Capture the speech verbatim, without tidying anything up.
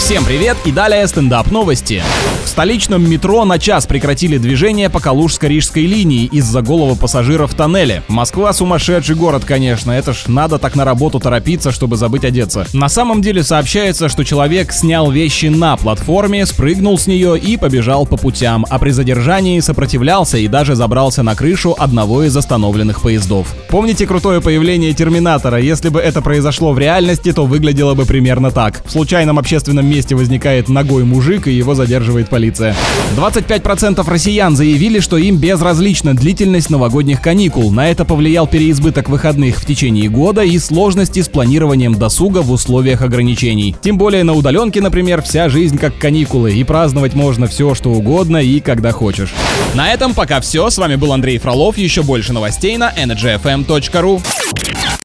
Всем привет и далее стендап новости. В столичном метро на час прекратили движение по Калужско-Рижской линии из-за голого пассажира в тоннеле. Москва сумасшедший город, конечно, это ж надо так на работу торопиться, чтобы забыть одеться. На самом деле сообщается, что человек снял вещи на платформе, спрыгнул с нее и побежал по путям, а при задержании сопротивлялся и даже забрался на крышу одного из остановленных поездов. Помните крутое появление Терминатора? Если бы это произошло в реальности, то выглядело бы примерно так. В случайном общественном месте возникает ногой мужик и его задерживает полиция. двадцать пять процентов россиян заявили, что им безразлична длительность новогодних каникул. На это повлиял переизбыток выходных в течение года и сложности с планированием досуга в условиях ограничений. Тем более на удаленке, например, вся жизнь как каникулы, и праздновать можно все, что угодно и когда хочешь. На этом пока все. С вами был Андрей Фролов. Еще больше новостей на energy эф эм точка ру.